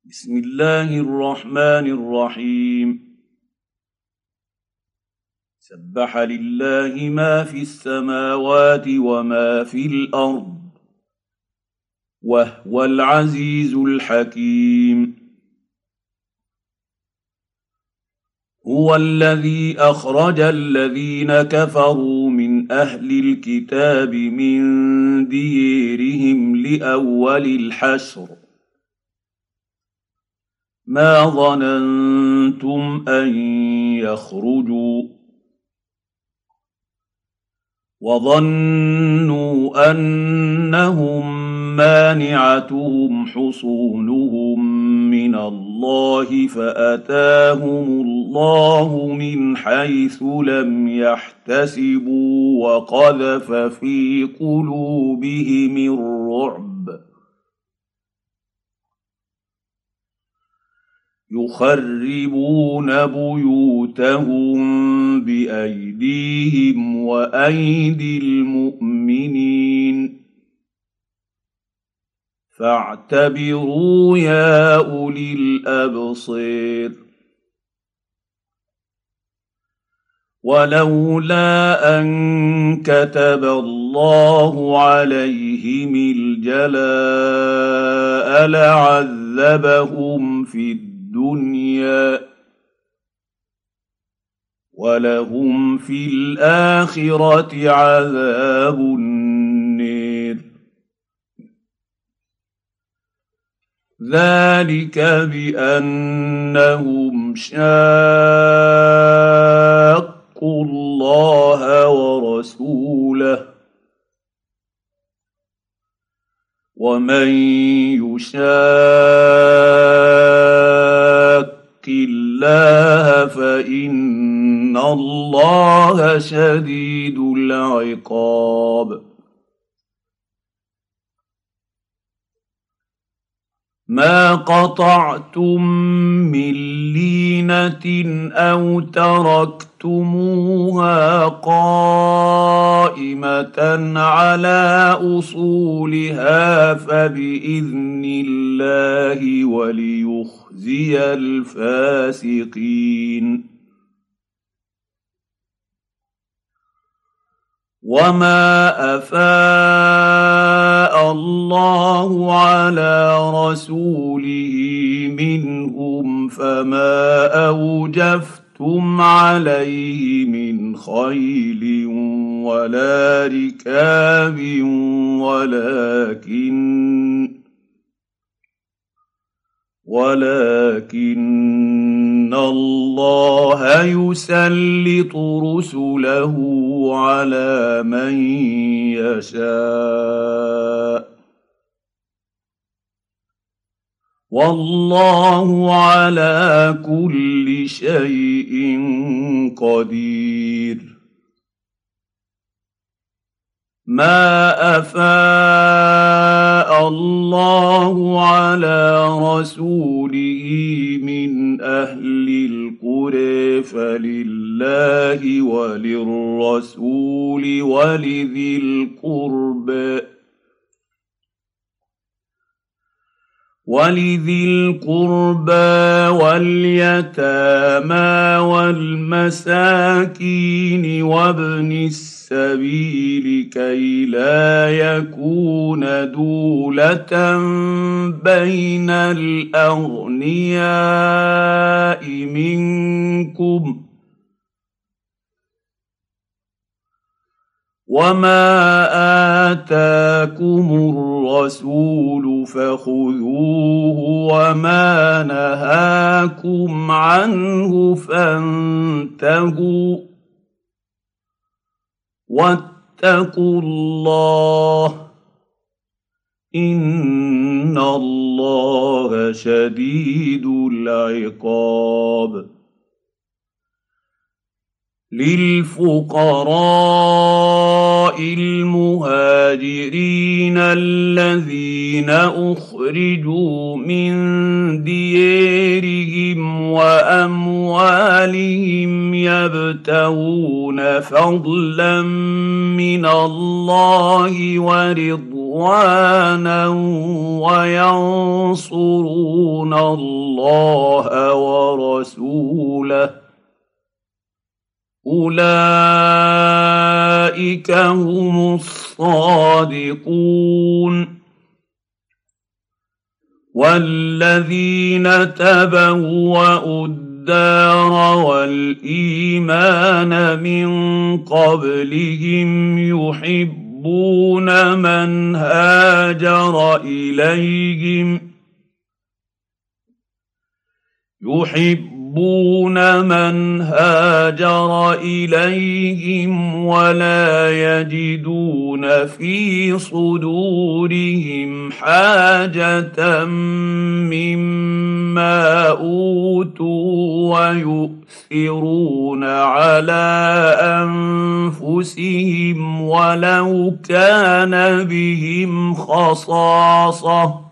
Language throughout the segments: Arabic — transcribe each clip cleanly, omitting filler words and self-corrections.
بسم الله الرحمن الرحيم. سبح لله ما في السماوات وما في الأرض وهو العزيز الحكيم. هو الذي أخرج الذين كفروا من أهل الكتاب من ديرهم لأول الحشر ما ظننتم أن يخرجوا وظنوا أنهم مانعتهم حصونهم من الله فأتاهم الله من حيث لم يحتسبوا وقذف في قلوبهم الرعب يخربون بيوتهم بأيديهم وأيدي المؤمنين فاعتبروا يا أولي الأبصير. ولولا أن كتب الله عليهم الجلاء لعذبهم في الدنيا ولهم في الآخرة عذاب النير. ذلك بأنهم شاقوا الله ورسوله ومن يشاق الله فإن الله شديد العقاب. ما قطعتم من لينة أو تركتموها قائمة على أصولها فبإذن الله وليخزي الفاسقين. وما أفاء الله على رسوله منهم فما أوجفتم عليه من خيل ولا ركاب ولكن الله يسلط رسله على من يشاء والله على كل شيء قدير. ما أفاء الله على رسوله من أهل القرى فلله وللرسول ولذي القربى واليتامى والمساكين وابن السبيل كي لا يكون دولة بين الأغنياء منكم وما آتاكم الرسول فخذوه وما نهاكم عنه فانتهوا واتقوا الله إن الله شديد العقاب. للفقراء المهاجرين الذين أخرجوا من ديارهم وأموالهم يبتغون فضلا من الله ورضوانا إخوانا وينصرون الله ورسوله أولئك هم الصادقون. والذين تبوأوا الدار والإيمان من قبلهم يحبون من هاجر إليهم ولا يجدون في صدورهم حاجة مما أوتوا ويؤثرون على أنفسهم ولو كان بهم خصاصة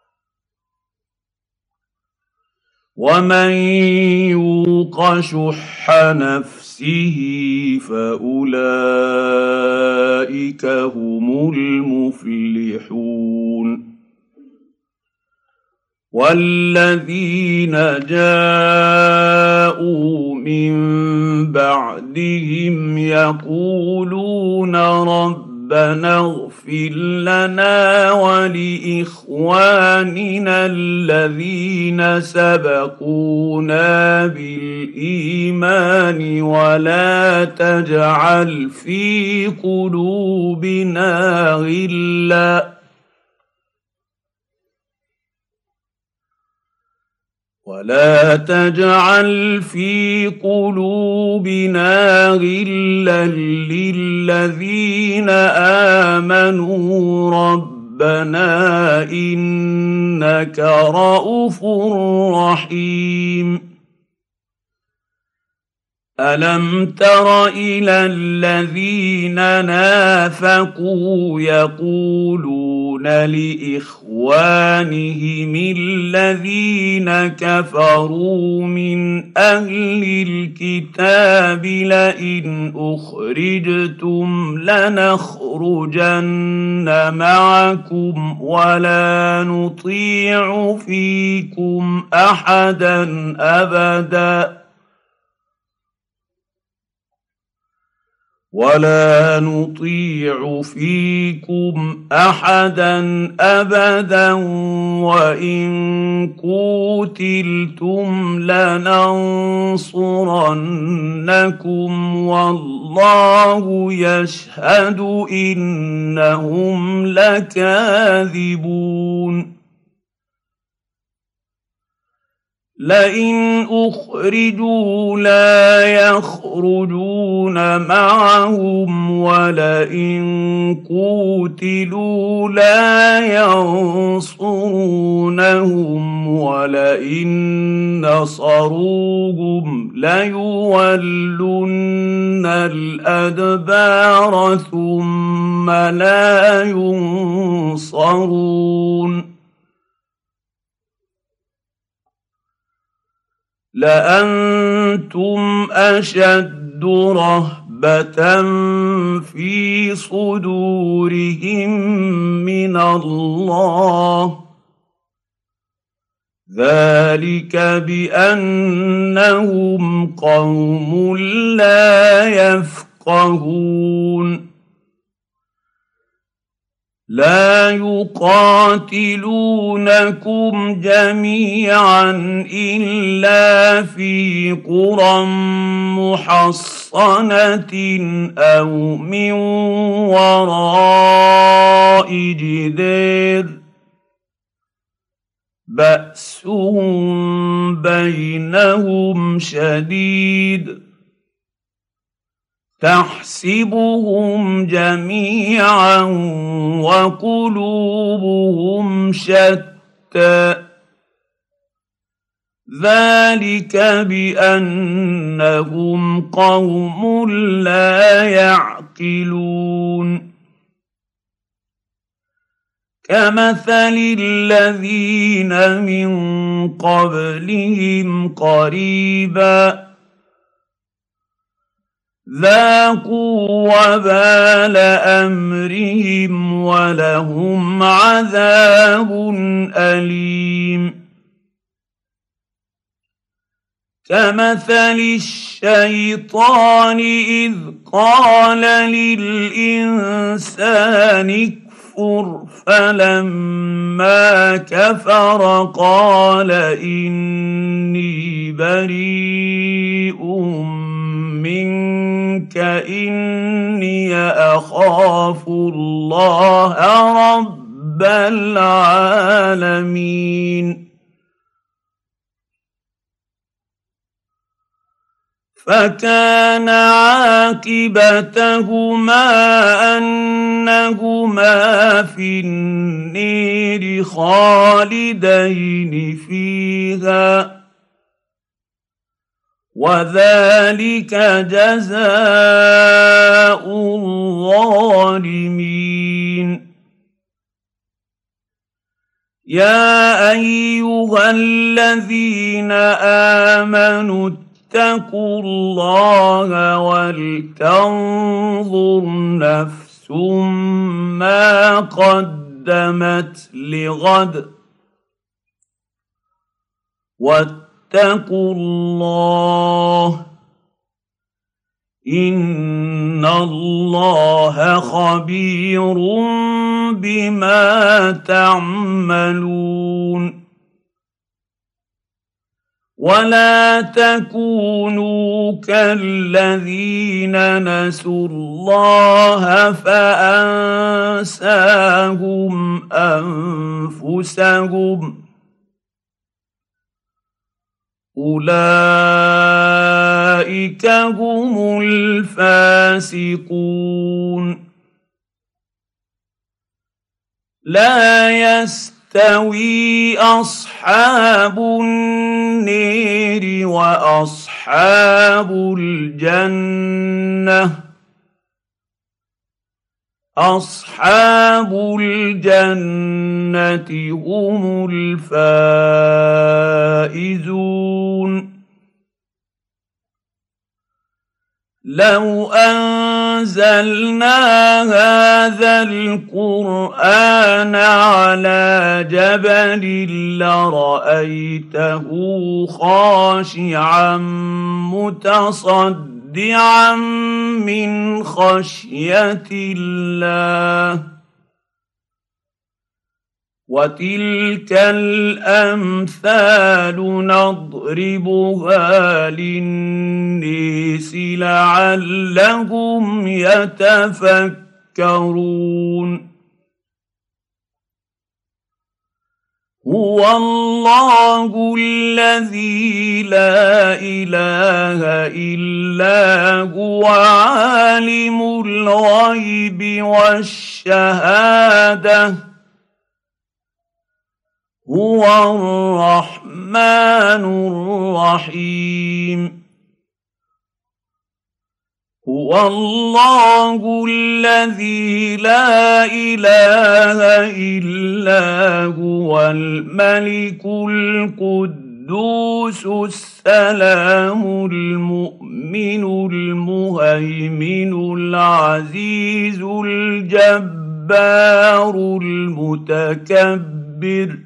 ومن يوق شح نفسه فأولئك هم المفلحون. والذين جاءوا من بعدهم يقولون ربنا اغفر لنا ولإخواننا الذين سبقونا بالإيمان ولا تجعل في قلوبنا غلا للذين آمنوا ربنا إنك رءوف رحيم. ألم تر إلى الذين نافقوا يقولون لإخوانهم الذين كفروا من أهل الكتاب لئن أخرجتم لنخرجن معكم ولا نطيع فيكم أحدا أبدا وإن قوتلتم لننصرنكم والله يشهد إنهم لكاذبون. لئن أخرجوا لا يخرجون معهم ولئن قوتلوا لا ينصرونهم ولئن نصروهم ليولن الأدبار ثم لا ينصرون. لأنتم أشد رهبة في صدورهم من الله ذلك بأنهم قوم لا يفقهون. لا يقاتلونكم جميعا إلا في قرى محصنة أو من وراء جدار بأسهم بينهم شديد تحسبهم جميعا وقلوبهم شتى ذلك بأنهم قوم لا يعقلون. كمثل الذين من قبلهم قريبا ذاقوا وبال امرهم ولهم عذاب اليم. كمثل الشيطان اذ قال للانسان اكفر فلما كفر قال اني بريء منك اني اخاف الله رب العالمين. فكان عاقبتهما انهما في النير خالدين فيها وذلك جزاء الظالمين. يا ايها الذين امنوا اتقوا الله ولتنظر نفس ما قدمت لغد واتقوا الله ان الله خبير بما تعملون. ولا تكونوا كالذين نسوا الله فانساهم انفسهم اولئك هم الفاسقون. لا يستوي اصحاب النير واصحاب الجنه اصحاب الجنه هم الفائزون. لو انزلنا هذا القران على جبل لرايته خاشعا متصدعا من خشيه الله. وتلك الامثال نضربها للناس لعلهم يتفكرون. هو الله الذي لا اله الا هو عالم الغيب والشهاده هو الرحمن الرحيم. هو الله الذي لا اله الا هو الملك القدوس السلام المؤمن المهيمن العزيز الجبار المتكبر.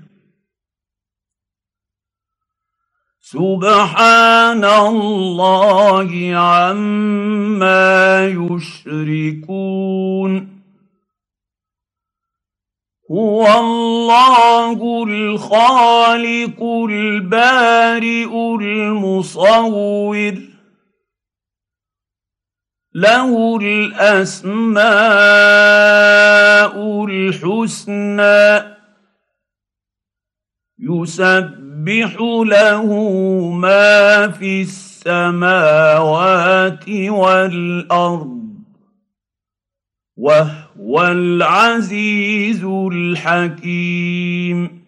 سبحان الله عما يشركون. هو الله الخالق البارئ المصور له الاسماء الحسنى يسبح له ما في السماوات والارض وهو العزيز الحكيم.